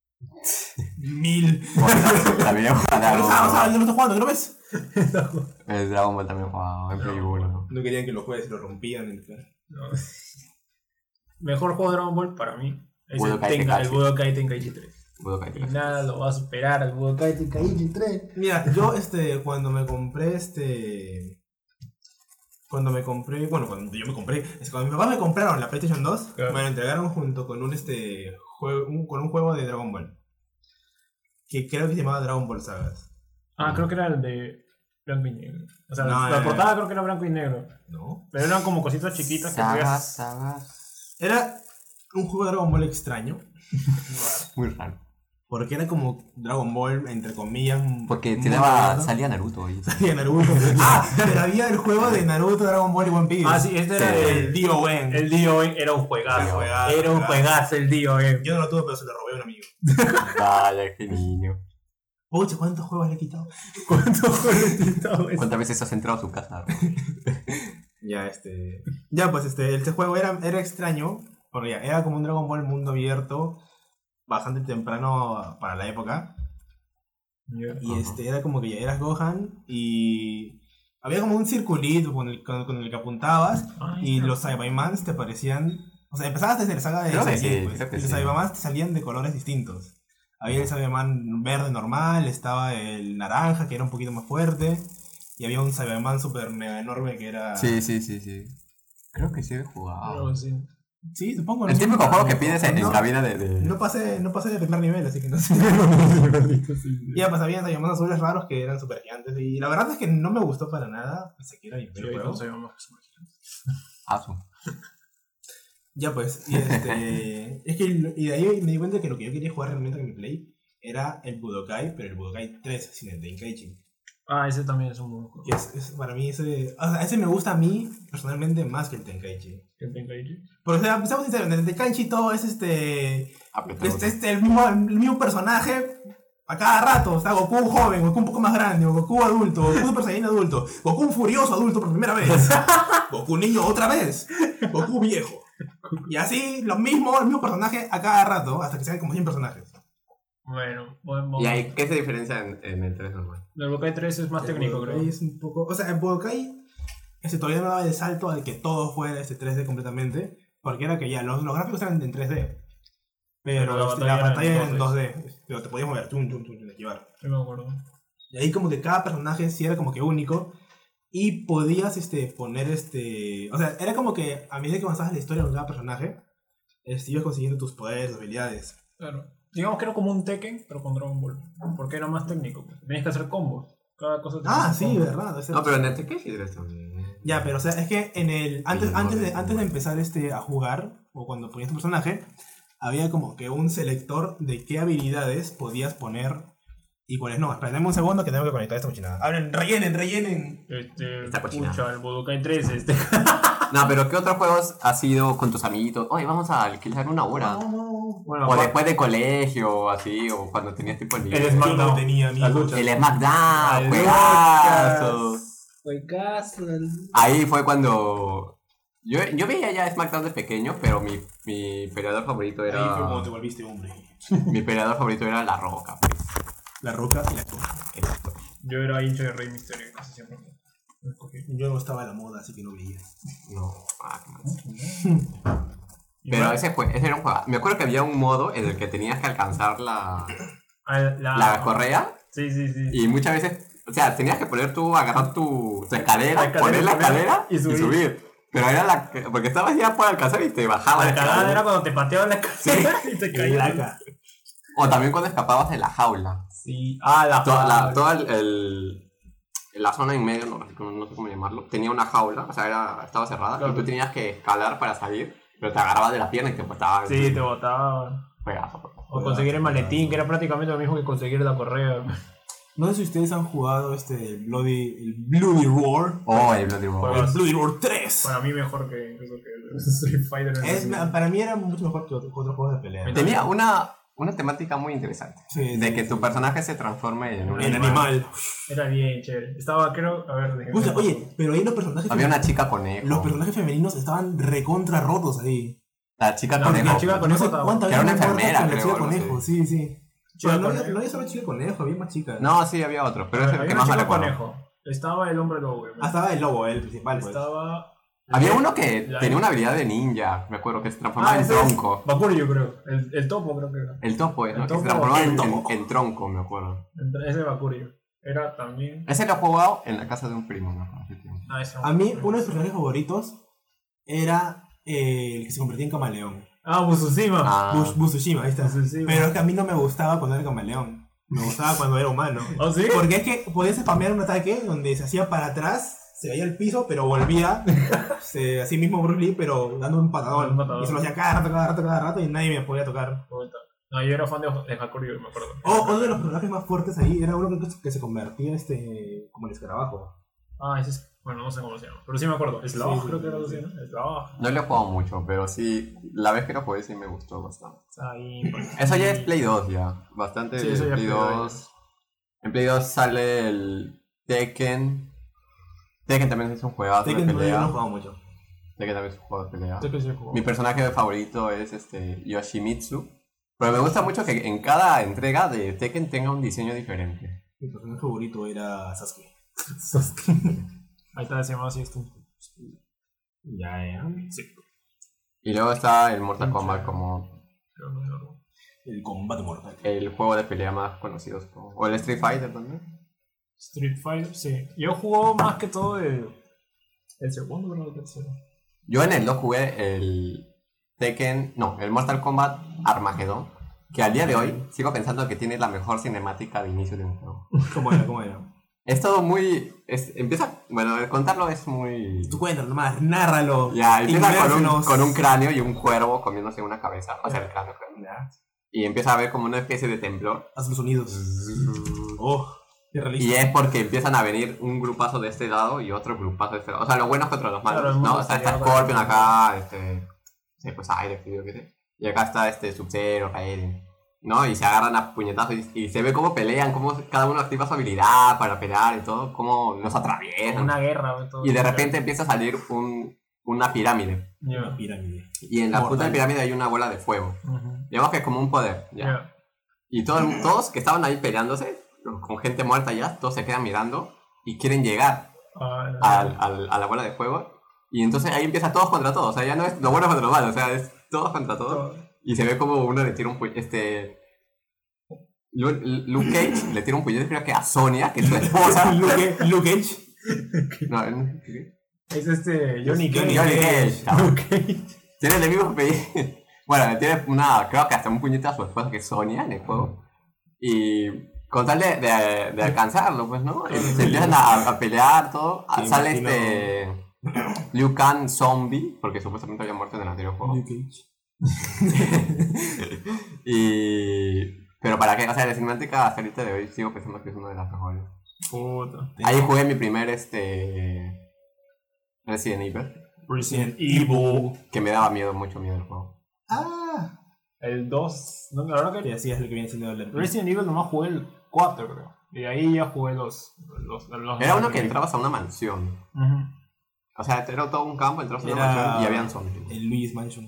mil. También jugaba No, Dragon o sea, o sea, Ball. no lo estás jugando, ¿qué no ves? El Dragon Ball también jugaba en Play uno. No querían que lo juegues y lo rompían. No. Mejor juego de Dragon Ball para mí es el, Budokai Tenka, el Tenkaichi. Budokai Tenkaichi tres. Budokai Y tres. nada lo va a superar al Budokai Tenkaichi tres. Mira, yo este, cuando me compré este... cuando me compré, bueno, cuando yo me compré, es cuando mis papás me compraron la PlayStation dos, Claro. me lo entregaron junto con un, este, juego, un, con un juego de Dragon Ball. Que creo que se llamaba Dragon Ball Sagas. Ah, creo que era el de blanco y negro. O sea, No, la eh. portada creo que era blanco y negro. ¿No? Pero eran como cositas chiquitas que Sagas, podías... sagas. Era un juego de Dragon Ball extraño. Muy raro. Porque era como Dragon Ball, entre comillas. Porque muy te daba. raro. Salía Naruto ahí. Salía Naruto. Ah, pero había el juego de Naruto, Dragon Ball y One Piece. Ah, sí, este era Sí. El el... D O N. El D O N era un juegazo. Era juegazo, Era un juegazo. juegazo el D O N. Yo no lo tuve, pero se lo robé a un amigo. Vaya, qué niño. Pucha, ¿cuántos juegos le he quitado? ¿Cuántos juegos quitado eso? ¿Cuántas veces has entrado a su casa? Ya, este. Ya, pues este, este juego era, era extraño. Porque ya, era como un Dragon Ball mundo abierto. Bastante temprano para la época. Y Ajá. este, era como que ya eras Gohan. Y había como un circulito con el, con, con el que apuntabas. Ay, Y los Saibamans te parecían. O sea, empezabas desde la saga de Creo que Saiyajin, sí, pues, creo que y los sí. Saibamans te salían de colores distintos. Había el Saiyaman verde normal, estaba el naranja que era un poquito más fuerte. Y había un Saiyaman super mega enorme que era. Sí, sí, sí, sí. Creo que sí he jugado. no, sí. Sí, supongo. El no- típico juego que no- pides en, en no- cabina de. de... No pasé, no pasé de primer nivel, así que no sé. Y ya, pues había Saiyaman azules raros que eran super gigantes. Y la verdad es que no me gustó para nada. Pensé que era mi Sí, primer ahí juego. conseguimos más. Ah, su. Ya pues, y este. es que y de ahí me di cuenta que lo que yo quería jugar realmente en mi play era el Budokai, pero el Budokai tres sin el Tenkaichi. Ah, ese también es un buen juego. Que es, es para mí ese. O sea, ese me gusta a mí personalmente más que el Tenkaichi. El Tenkaichi. Porque, o sea, seamos sinceros, en el Tenkaichi todo es este. Apretado. Este, este el, mismo, el mismo personaje a cada rato. O sea, Goku joven, Goku un poco más grande, Goku adulto, Goku Super Saiyan adulto, Goku furioso adulto por primera vez, Goku niño otra vez, Goku viejo. Y así, lo mismo, el mismo personaje a cada rato, hasta que sean como cien personajes. Bueno, bueno, ¿Y ahí qué se diferencia en, en el tres normal? el Budokai tres es más El técnico, Budokai creo. Es un poco, o sea, el Budokai ese todavía no daba el salto al que todo fuera este tres D completamente, porque era que ya los, los gráficos eran en tres D, pero, Pero la este, la batalla pantalla era era en en dos D, pero te podías mover, chum, chum, chum, chum, llevar. Sí, me acuerdo. Y ahí como que cada personaje sí era como que único y podías este, poner este... O sea, era como que a medida que avanzabas la historia con cada personaje, este, ibas consiguiendo tus poderes, tus habilidades. Claro. Digamos que era como un Tekken, pero con Dragon Ball. Porque era más técnico. Pues. Tenías que hacer combos. Cada cosa tenía Ah, un sí, combo. verdad. ese- No, pero en el Tenkaichi tres también. Ya, pero o sea, es que en el antes, Sí, antes, de, no, antes no. de empezar este, a jugar, o cuando ponías tu personaje, había como que un selector de qué habilidades podías poner y cuáles no. Espera, dame un segundo que tengo que conectar esta cochinada. Hablen, rellenen, rellenen. Este, Está cochinada. pucha, el Budokai tres, este. No, pero ¿qué otros juegos has ido con tus amiguitos? Oye, vamos a alquilar una hora. No, no. Bueno, O aparte- después de colegio, o así, o cuando tenías tiempo libre. El Yo no SmackDown. tenía Las amigos. luchas. El SmackDown, Las juegazo. Juegazo. Ahí fue cuando. Yo, yo veía ya SmackDown de pequeño, pero mi, mi peleador favorito Ahí fue cuando te era. volviste hombre. Mi peleador favorito era La Roca, pues. La Roca y la Chona. Exacto. Yo era hincha de Rey Mysterio, casi siempre. Lo escogí. Yo no estaba a la moda, así que no veía. No, ah, qué mal. Y Pero bueno, ese, fue, ese era un juego. Me acuerdo que había un modo en el que tenías que alcanzar la, ah, la, la correa Sí, sí, sí. y muchas veces. O sea, tenías que poner tú, agarrar tu, tu escalera, La escalera, poner la poner escalera y y subir. subir. Pero era la. que- Porque estabas ya por alcanzar y te bajaba la La cagada escalera. era cuando te pateaban la escalera y te caías. Laca. O también cuando escapabas de la jaula. Sí. Ah, la Toda, la, jaula. toda el, el- la zona en medio, no, no sé cómo llamarlo, tenía una jaula, o sea, era, estaba cerrada, Claro. y tú tenías que escalar para salir, pero te agarrabas de la pierna y te botaba. Sí, te botaba. Juegazo, juegazo. O conseguir el maletín, que era prácticamente lo mismo que conseguir la correa. No sé si ustedes han jugado este Bloody, el Bloody Roar. Oh, el Bloody Roar. Juegazo. El Bloody Roar tres. Para mí mejor que incluso que el Street Fighter. en Es, el- para mí era mucho mejor que otro- que otros juegos de pelea. Me- Tenía una, una temática muy interesante, Sí, de sí, que sí. tu personaje se transforme en un El animal. animal. Era bien chévere. Estaba, creo, a ver, déjame- Oye, oye, pero ahí los personajes Había una femeninos- chica conejo. los personajes femeninos estaban recontra rotos ahí. La chica No, conejo. la chica No conejo sé estaba- cuántas que era una veces me acuerdo enfermera, con la creo, chica algo conejo, así. sí, sí. Chica Pero no, había, conejo. no había solo chica conejo, había más chicas. No, sí, había otro, pero es el Había que un más me chico recuerdo. conejo. Estaba el hombre lobo. güey. Ah, estaba el lobo, el principal, pues. Estaba. Había uno que La- tenía una habilidad de ninja, me acuerdo, que se transformaba Ah, en ese es tronco. Bakuri, yo creo. El, el topo, creo que era. El topo, ¿no? El Que topo. se transformaba en, El en- topo. en tronco, me acuerdo. Ese Bakuri. Era también. Ese lo he jugado en la casa de un primo, me acuerdo. hace tiempo. Ah, ese A mí, uno de mis personajes favoritos era eh, el que se convertía en camaleón. Ah, Busushima. Ah, Bus- Busushima, ahí está. Busushima. Pero es que a mí no me gustaba cuando era camaleón. Me gustaba cuando era humano. ¿Oh, sí? Porque es que podías spamear un ataque donde se hacía para atrás, se caía al piso, pero volvía se, así mismo Bruce Lee, pero dando un patadón. Un patadón. Y se lo hacía cada rato, cada rato, cada rato y nadie me podía tocar. Puta. No, yo era fan de, de Hakuryu, me acuerdo. O uno de los personajes más fuertes ahí era uno que, que se convertía este, como el escarabajo. Ah, ese es. Bueno, no sé cómo se llama. Pero sí me acuerdo. Slav, Sí, sí, creo que era sí. así, ¿no? Slav. no lo he jugado mucho, pero sí, la vez que lo jugué sí me gustó bastante. Ahí. Eso ya es Play dos ya, bastante Sí, eso ya es Play Play dos. dos. En Play dos sale el Tekken. Tekken también es un juegazo Tekken de no, yo no he pelea. jugado mucho. Tekken también es un juego de pelea. Sé que sí jugó. Mi personaje favorito es este Yoshimitsu. Pero me gusta mucho que en cada entrega de Tekken tenga un diseño diferente. Mi personaje favorito era Sasuke. Ahí está, se llamaba así esto. Ya, ya. Sí. Y luego está el Mortal Kombat como Pero no me acuerdo. El combate mortal. el juego de pelea más conocido. supongo. O el Street Fighter también. Street Fighter, sí. Yo juego más que todo el. El segundo, pero el tercero. Yo en el dos jugué el Tekken, no, el Mortal Kombat Armageddon, que al día de hoy sigo pensando que tiene la mejor cinemática de inicio de un juego. ¿Cómo era? ¿Cómo era? Es todo muy, es- empieza, bueno, contarlo es muy... Tú cuéntalo nomás, nárralo. Ya, empieza con un, Inmérsenos. con un cráneo y un cuervo comiéndose una cabeza, o sea, el cráneo, creo. Ya. Y empieza a ver como una especie de temblor. Haz los sonidos. Oh, qué realista. Y es porque empiezan a venir un grupazo de este lado y otro grupazo de este lado. O sea, los buenos contra los malos, Claro, el ¿no? mundo O sea, está exterior, Scorpion claro. acá, este... sí, pues aire, frío, qué sé. Y acá está este Sub-Zero, Raiden, ¿no? Y se agarran a puñetazos y, y se ve cómo pelean, cómo cada uno activa su habilidad para pelear y todo, cómo los atraviesan. Una guerra, güey, todo. Y de repente empieza a salir un, una pirámide. Una Ya. pirámide. Y en la Mortal. punta de la pirámide hay una bola de fuego. Ujú. Digamos que es como un poder, ¿ya? Ya. Y todo el- todos que estaban ahí peleándose, con gente muerta ya, todos se quedan mirando y quieren llegar Ah, no. al, al- a la bola de fuego. Y entonces ahí empieza todos contra todos. O sea, ya no es lo bueno contra lo malo, o sea, es todos contra todos. Todo. Y se ve como uno le tira un puñete. Este. Lu- Luke Cage le tira un puñete, creo que a Sonia, que es su esposa. Luke, Luke Cage. No, ¿eh? ¿qué? Es este. Johnny Es Cage. Johnny Cage, cabrón. Luke Cage. Tiene el mismo apellido. Bueno, le tiene una. Creo que hasta un puñete a su esposa, que es Sonia, en el juego. Y. Con tal de, de, de alcanzarlo, pues, ¿no? Y se empiezan a, a pelear, todo. Sí, Sale imagino. este. Liu Kang zombie, porque supuestamente había muerto en el anterior juego. Luke Cage. Y... Pero para qué, o sea, la cinemática hasta ahorita de hoy sigo pensando que es una de las mejores. Puta. Ahí jugué mi primer, este... Resident Evil, Resident Evil. que me daba miedo, mucho miedo el juego. Ah. El dos. No, la verdad Y que. así es lo que viene siendo el Resident Evil nomás jugué el cuatro, creo. Y de ahí ya jugué los. los, los Era uno que entrabas a una mansión. Ujú. O sea, era todo un campo, entrabas a una Era mansión y habían zombies. el Luis Mansion.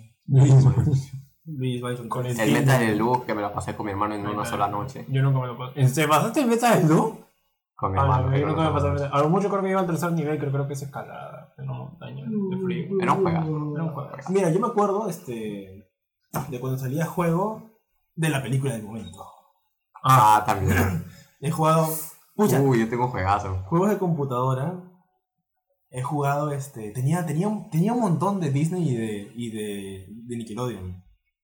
Luis Mansion. Con el- El Metal de Luz, que me lo pasé con mi hermano en una Metal. sola noche. Yo nunca me lo pasé. ¿Se pasaste el beta del Doom? Con mi Ah, hermano. no, yo pero nunca me no- pasé el beta. A lo mucho creo que iba al tercer nivel, que creo que es escalada. En una montaña de frío. Era un juegazo. Era un juego. Mira, yo me acuerdo este, de cuando salía juego de la película del momento. Ah, también. He jugado. Pucha, Uy, yo tengo un juegazo. juegos de computadora. He jugado este. Tenía, tenía, un- tenía un montón de Disney y de, y de, de Nickelodeon.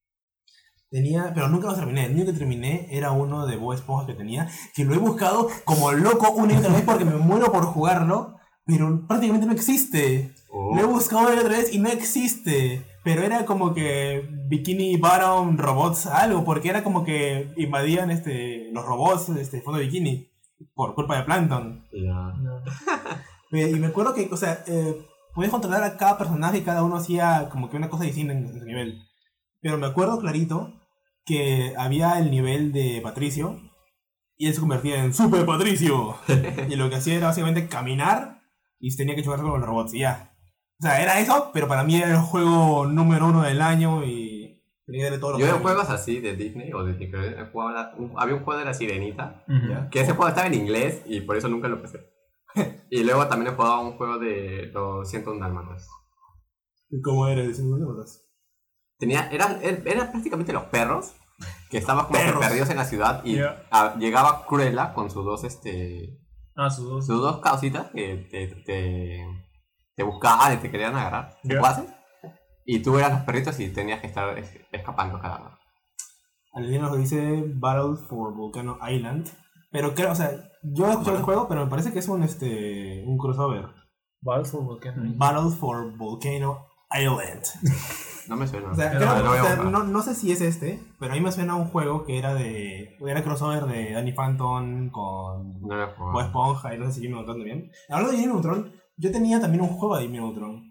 Tenía, pero nunca los terminé. El único que terminé era uno de Bob Esponja que tenía, que lo he buscado como loco una y otra vez porque me muero por jugarlo, pero prácticamente no existe. Oh. Lo he buscado una y otra vez y no existe. Pero era como que Bikini Bottom Robots algo, porque era como que invadían este, los robots este fondo de bikini por culpa de Plankton. Ya. Eh, Y me acuerdo que, o sea, eh, podías controlar a cada personaje y cada uno hacía como que una cosa distinta en su nivel. Pero me acuerdo clarito que había el nivel de Patricio y él se convertía en Super Patricio. Y lo que hacía era básicamente caminar y tenía que chocar con los robots y ya. O sea, era eso, pero para mí era el juego número uno del año y tenía que darle todos los Yo en premios. juegos así de Disney o de Nickelodeon jugaba la- un- había un juego de la Sirenita, Ujú. ¿Ya? que ese juego estaba en inglés y por eso nunca lo pasé. Y luego también he jugado un juego de los ciento un dálmatas. ¿Y cómo era? Diciendo cosas. Tenía, eran, er- eran prácticamente los perros que estaban como que Perros. perdidos en la ciudad y Ya. ah, llegaba Cruella con sus dos, este, Ah, sus dos. sus dos causitas que te, te, te buscaban y te querían agarrar. Ya. secuaces, y tú eras los perritos y tenías que estar es- escapando cada uno. Alguien nos dice Battle for Volcano Island. Pero creo, o sea, yo he escuchado ese juego, pero me parece que es un este un crossover. Battlefield Volcano. Battle for Volcano Island. No me suena. O sea, Pero creo- lo voy a o sea, buscar. no, no sé si es este, pero a mí me suena a un juego que era de. Era crossover de Danny Phantom con No lo he jugado. Bob Esponja y no sé si Jimmy Neutron también. Hablando de Jimmy Neutron, yo tenía también un juego de Jimmy Neutron.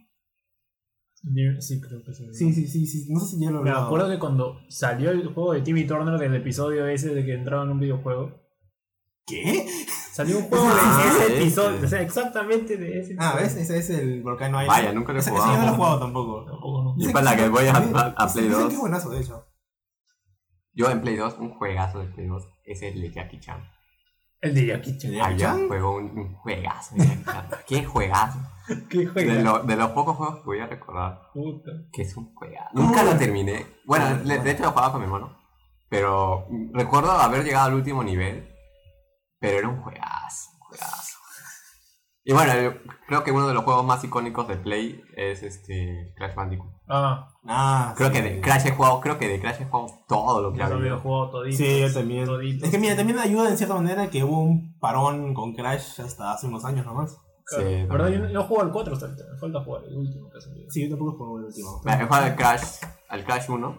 Sí, creo que sí. Sí, sí, sí, sí. No sé si ya lo he Me hablado. acuerdo que cuando salió el juego de Timmy Turner del episodio ese de que entraba en un videojuego, ¿Qué? salió un juego Ah, de ese ese. episodio, o sea, exactamente de ese Ah, episodio. ¿ves? Ese es el Volcano Island. Vaya, nunca lo he Ese, jugado. ese yo no lo he jugado tampoco. Tampoco, no. Y Dicen para que- que voy a- dicen- a- a Play dicen dos. que es buenazo, de hecho. Yo en Play dos, un juegazo de Play dos es el de Jackie Chan. El de Jackie Chan. ¿Jackie Allá Chan? juego un, un juegazo de Jackie Chan. ¿Qué juegazo? ¿Qué juega? De, lo- de los pocos juegos que voy a recordar, Puta. que es un juegazo. Nunca lo terminé. Bueno, le- de hecho lo jugaba con mi hermano. Pero mm, recuerdo haber llegado al último nivel. Pero era un juegazo, un juegazo. Y bueno, yo creo que uno de los juegos más icónicos de Play es este Crash Bandicoot. Ah, Ah, Creo sí. que de Crash he jugado, creo que de Crash he jugado todo lo que yo ha también he habido. jugado toditos. Sí, yo también. toditos. Es que mira, también ayuda en cierta manera que hubo un parón con Crash hasta hace unos años nomás. Claro. Sí, ¿Verdad? Yo, también. yo juego al cuatro hasta ahorita. Me falta jugar el último que ha salido. Sí, yo tampoco juego el último. He jugado al Crash, al Crash uno,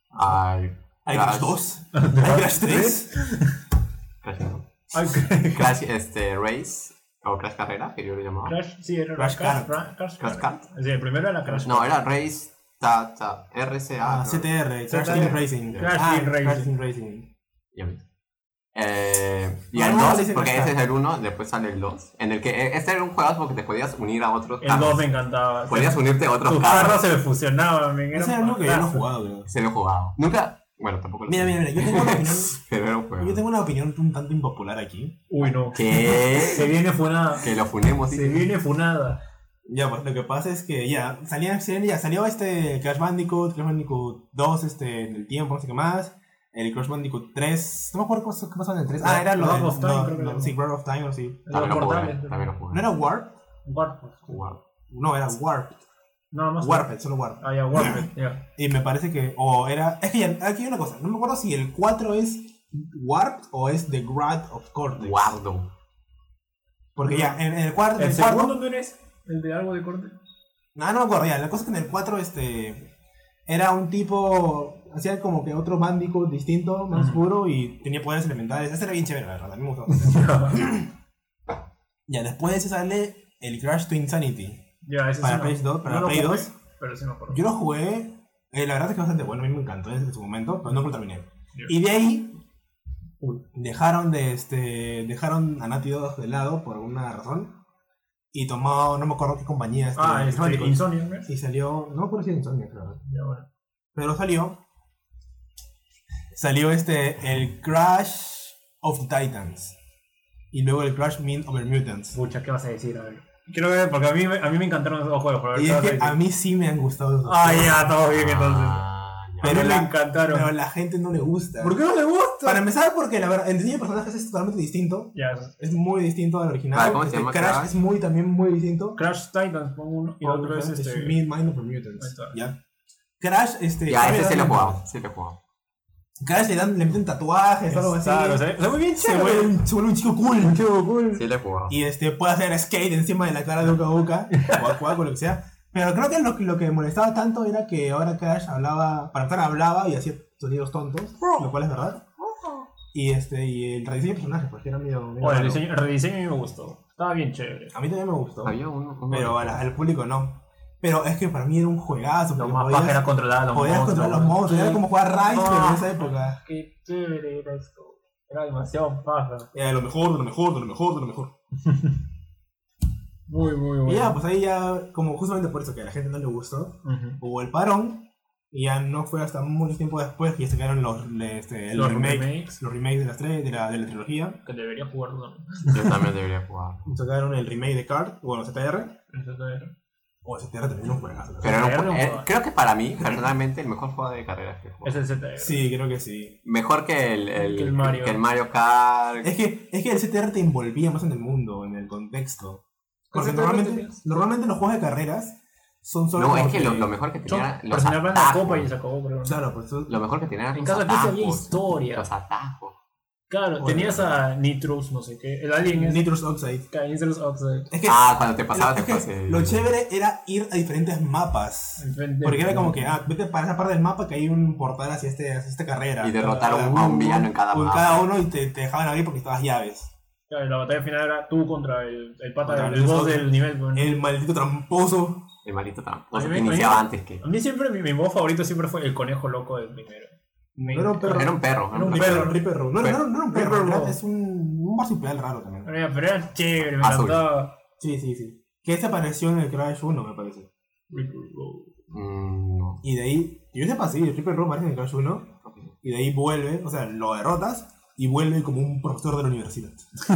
al ¿Hay Crash dos? ¿Hay Crash tres? Crash uno. Ay, Crash, Crash este, Race, o Crash Carrera, que yo lo llamaba. Crash, sí, era Crash Crash, Kart. Crash, Crash, Crash Kart. Kart. Sí, el primero era Crash. No, era Race, ta, ta, R C A. Ah, ¿no? C T R, Crash C T R. Team Racing. Crash Ah, Team Racing. Crash Team Racing. Ya ves. Eh, y No, el no, le dos, dice porque Crash ese es Kart. el uno, después sale el dos. En el que eh, este era un juego porque te podías unir a otros El dos carros. me encantaba. Podías unirte a otros Tus carros. carros se me fusionaban, men, Ese era era algo que yo no he fantástico. jugado, creo. Se lo he jugado. Nunca. Bueno, tampoco lo Mira, mira, mira, yo tengo una opinión. Pero era un juego. Yo tengo una opinión un tanto impopular aquí. Uy, no. Se Que. viene funada. que lo funemos. Se viene funada. Ya, pues lo que pasa es que ya, salían, salían- ya salió este Crash Bandicoot, Crash Bandicoot dos, este, en el tiempo, no sé qué más. El Crash Bandicoot tres, no me acuerdo qué qué pasó en el tres. Ah, era lo Breath de of Time, no, creo que no, era. sí, Breath of Time o sí. También lo Los jugué. portales. También lo jugué. ¿No era Warp? Warp. Jugar. No, era Warp. No, más. Warped, solo Warp. Ah, ya, Warped, ya. Y me parece que, o era, es que ya, aquí hay una cosa, no me acuerdo si el cuatro es Warped o es The Grad of Cortex. Guardo. Porque ya, en, en el cuarto, en ¿El el cuarto, segundo no eres? ¿El de algo de corte? no, no me acuerdo ya, la cosa es que en el cuatro, este, era un tipo, hacía como que otro Bandicoot distinto, más Ujú. puro y tenía poderes elementales, ese era bien chévere, la verdad, a mí me gustó bastante. Ya, después de ese sale el Crash to Insanity. Ya, ese Para sí no- Play dos, para no lo Play jugué, dos. Pero sí me acuerdo. Yo lo jugué, eh, la verdad es que bastante bueno, a mí me encantó desde su momento, pero no lo terminé. Ya. Y de ahí dejaron de este dejaron a Naughty Dog de lado por alguna razón y tomó, no me acuerdo qué compañía este, Ah, Crash este, Bandicoot. Insomnia, ¿ves? Y salió, no me acuerdo si era Insomnia, creo. Ya, bueno. Pero salió salió este el Crash of the Titans y luego el Crash Mean Over Mutants. Pucha, ¿qué vas a decir? A ver. Quiero ver, porque a mí, me- a mí me encantaron esos dos juegos. Pero Y ¿qué es vas a que decir? a mí sí me han gustado esos Ah, juegos, ya, todo bien entonces. Ah, ya. Pero a mí la- me encantaron. pero a la gente no le gusta. ¿Por qué no le gusta? Para empezar, porque la verdad, el diseño de personajes es totalmente distinto. Ya, eso. Es muy distinto al original. Ah, ¿cómo se Este, llama? Crash Crash? es muy, también muy distinto. Crash Titans, pongo uno. Y el otro es este. Mean Mind of Ahí Mutants. está. ¿Ya? Crash, este. Ya, cambia ese sí lo he de- jugado. Sí lo he jugado. Crash le, dan, le meten tatuajes o algo así. Claro, o sea, o sea, muy bien se, chévere. vuelve un, se vuelve un chico cool. Un chico cool. Sí lo he jugado. Y este, puede hacer skate encima de la cara de Uka Uka. o Aqua, o lo que sea. Pero creo que lo, que lo que molestaba tanto era que ahora Crash hablaba. Para empezar, hablaba y hacía sonidos tontos. Lo cual es verdad. Y este y el rediseño de personajes, pues que era medio. medio Bueno, el raro. diseño, el rediseño a mí me gustó. Estaba bien chévere. A mí también me gustó. Había uno. uno Pero al, al público no. Pero es que para mí era un juegazo. Lo porque más podías- paja era controlar a los Podías monstruos. controlar los monstruos. Era como jugar Rise, pero en Ah. esa época. Qué chévere era esto. Era demasiado paja. Era de lo mejor, de lo mejor, de lo mejor, de lo mejor. Muy, muy bueno. Y ya, pues ahí ya, como justamente por eso que a la gente no le gustó, Ujú. hubo el parón. Y ya no fue hasta mucho tiempo después que ya sacaron los, le- este, el Los remake, remakes. los remakes de, las tres, de, la, de la trilogía. Que debería jugarlo también. Yo también debería jugar. Sacaron el remake de Kart, bueno, Z R. Eso era. O Z R también un juegazo. Pero era un Era un ju- eh, juego. creo que para mí, personalmente, el mejor juego de carreras que he Es jugado. el Z R. Sí, creo que sí. Mejor que el, el, Que el Mario. que el Mario Kart. Es que, es que el Z R te envolvía más en el mundo, en el contexto. Porque Casi todos los normalmente, tenías. normalmente los juegos de carreras son solo. No, es porque- que lo, lo mejor que Son tenía eran los personajes la copa y atajos. se acabó, creo. Claro, pues tú- Lo mejor que tenía eran En los cada clase había atajos. historia. Los atajos. Claro, Bueno. tenías a Nitrous, no sé qué. El alien es. Nitrous Oxide. Claro, Nitrous Oxide. Es que, Ah, cuando te pasabas es de que fase. lo chévere era ir a diferentes mapas. Porque era como que, ah, vete para esa parte del mapa que hay un portal hacia, este, hacia esta carrera. Y derrotar a un- Cada a un villano en cada o mapa. cada uno y te, te dejaban abrir porque estabas llaves. Claro, y la batalla final era tú contra el, el pata Contra del el el boss boss. del nivel. Bueno. El maldito tramposo. El maldito A tramposo mí que me- iniciaba a mí- antes que. A mí siempre, mi, mi boss favorito siempre fue el conejo loco del primero. Me- Era un perro. Era un perro. Era un perro. perro. Ripper Row. No, no, Pero- no, no era un perro, Ripper era- Row. es un, un marsupial raro también. Pero era- pero era chévere, me Azul. encantaba. Sí, sí, sí. Que este apareció en el Crash uno, me parece. Mm, no. Y de ahí, yo sepa, sí, el Ripper Row aparece en el Crash uno. Ok. Y de ahí vuelve, o sea, lo derrotas y vuelve como un profesor de la universidad.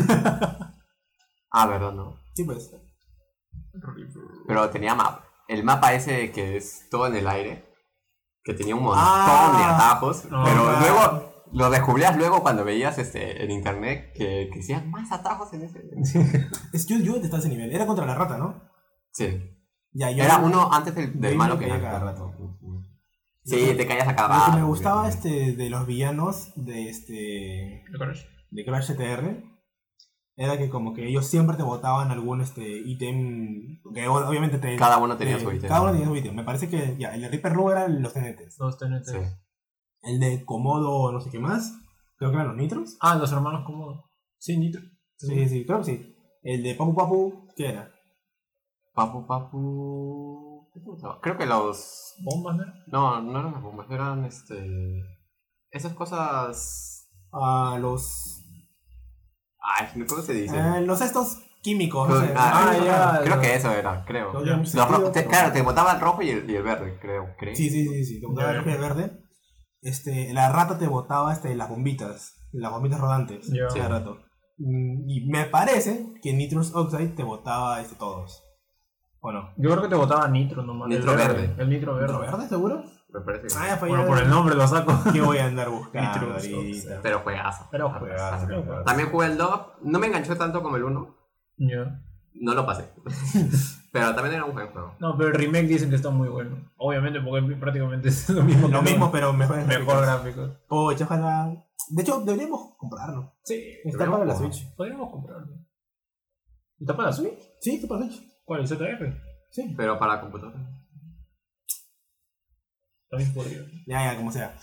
Ah, verdad, no. Sí, pues. Pero tenía mapa. El mapa ese que es todo en el aire. Que tenía un montón Ah. de atajos. No, pero ah. luego lo descubrías luego cuando veías este en internet que, que hacían más atajos en ese. Es, yo, yo detestaba ese nivel. Era contra la rata, ¿no? Sí. Ya, yo Era uno antes del, de del ahí malo me que caía cada rato. Sí, te caías a cada Lo que rato. me gustaba este, de los villanos de este de Crash C T R era que como que ellos siempre te botaban algún este ítem que o- obviamente te Cada uno tenía te- su ítem. cada uno tenía su ítem. Me parece que ya el de Ripper Row eran los tenetes, Dos T N T. Sí. el de Komodo no sé qué más, creo que eran los nitros. Ah, los hermanos como. Sí, Nitro. Sí, sí, creo que sí. El de Papu Papu, ¿qué era? Papu, papu. ¿Qué te gustaba? Creo que los. Bombas, ¿no? No, no eran las bombas, eran este. Esas cosas. Ah, los Ay, ¿cómo se dice? eh, los estos químicos, no sé. Ah, ah, ya. Creo que eso era, creo. No, ya. no Los sé, ro- te- pero- claro, te botaba el rojo y el, y el verde, creo. creo. Sí, sí, sí, sí. Te botaba el Ya, rojo y el verde. Este, la rata te botaba este, las bombitas. Las bombitas rodantes. Ya. Cada rato. Mm, Y me parece que Nitrous Oxide te botaba este, todos. ¿O no? Yo creo que te botaba Nitro nomás. Nitro el verde. El Nitro verde. ¿Nitro verde, seguro? Me parece que. Ah, ya fue Bueno, ya- por el nombre lo saco. ¿Qué voy a andar buscando Nitrous ahorita? Oxide. Pero juegazo. Pero Juegazo, juegazo. juegazo. También jugué el dos. No me enganchó tanto como el uno. Ya. No lo pasé. Pero también era un buen juego. No, pero el remake dicen que está muy bueno. Obviamente, porque prácticamente es lo mismo. Lo que mismo, pero mejor. Mejor gráfico. Pocha, ojalá. De hecho, deberíamos comprarlo. Sí, Está Deberíamos para la jugar. Switch. podríamos comprarlo. ¿Está para la Switch? Sí, está para la Switch. ¿Cuál? ¿El Z R? Sí. Pero para computadora. También podría. Ya, ya, como sea.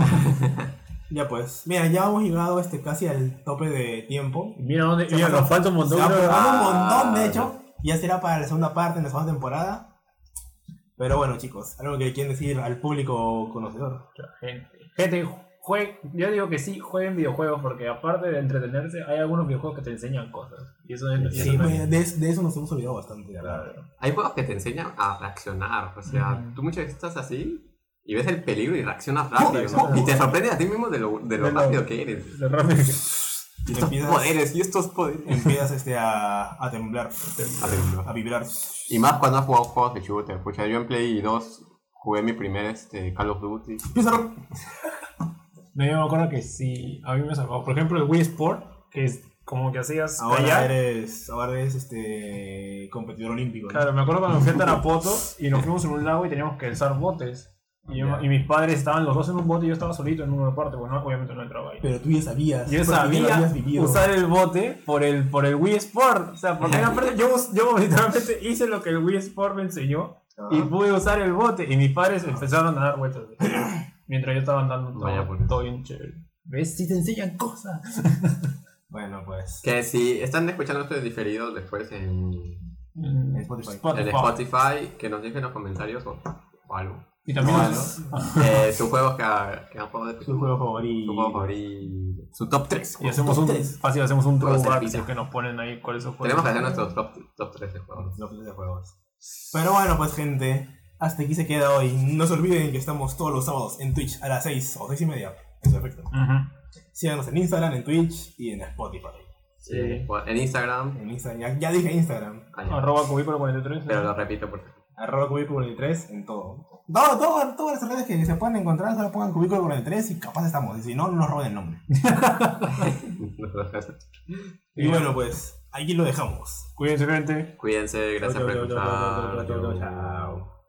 Ya pues. Mira, ya hemos llegado este, casi al tope de tiempo. Mira dónde. Se Mira, pasó- nos falta un montón. Se va creo. pasando un montón, de Ah, hecho. Ya será para la segunda parte, en la segunda temporada. Pero bueno, chicos, algo que quieren decir al público conocedor. Gente, gente jue- yo digo que sí, jueguen videojuegos porque aparte de entretenerse, hay algunos videojuegos que te enseñan cosas. Y eso es. y Sí, eso pues, es- de, de eso nos hemos olvidado bastante, la verdad. Claro. Hay juegos que te enseñan a reaccionar. O sea, Ujú. tú muchas veces estás así y ves el peligro y reaccionas rápido. Reaccionas. Y te sorprendes a ti mismo de lo, de lo De lo- rápido que eres. Lo rápido que- Y Estos empiezas, poderes y estos poderes. empiezas este, a, a temblar, A temblar. a vibrar. Y más cuando has jugado juegos de shooter. Pucha, yo en Play dos jugué mi primer este, Call of Duty. Empieza a... No, yo me acuerdo que sí, a mí me salvó. Por ejemplo, el Wii Sport, que es como que hacías Ahora kayak. eres, ahora eres este, competidor olímpico. ¿no? Claro, me acuerdo cuando fui a Tarapoto y nos fuimos en un lago y teníamos que alzar botes. Y, yo- Ya. y mis padres estaban los dos en un bote y yo estaba solito en una parte, bueno, obviamente no entraba ahí. Pero tú ya sabías. Yo porque ya lo sabía habías vivido. usar el bote por el, por el Wii Sport. O sea, porque aparte yo, yo literalmente hice lo que el Wii Sport me enseñó y Ajá. pude usar el bote. Y mis padres empezaron a dar vueltas. Mientras yo estaba andando todo, Vaya por eso. todo bien chévere. ¿Ves? Si te enseñan cosas. Bueno, pues. Que si están escuchando esto diferido después en, Mm, En Spotify. en Spotify, que nos dejen en los comentarios o, o algo. Y también Bueno. Eh, sus juegos que, ha- que han jugado de Su juego favorito. Su juego favorito. Su top tres. y hacemos Top un tres. fácil, hacemos un Juegos throwback de si es vida. que nos ponen ahí cuáles son Tenemos que hacer nuestros top, top tres de juegos. Los tres de juegos. Pero bueno, pues gente, hasta aquí se queda hoy. No se olviden que estamos todos los sábados en Twitch a las seis o seis y media. Es perfecto. Ujú. Síganos en Instagram, en Twitch y en Spotify. Sí. En Instagram. En Instagram, ya, ya dije Instagram. Ah, ya. Arroba cubículo cuarenta y tres. Pero lo repito por favor. Arroba cubículo cuarenta y tres en todo. Todo, todo, todas las redes que se pueden encontrar, solo pongan cubículo cuarenta y tres y capaz estamos. Y si no, no nos roben el nombre. Y bueno, pues aquí lo dejamos. Cuídense, gente. Cuídense, gracias Chao, por chao, chao, chao, chao, escuchar. chao, chao, chao, chao.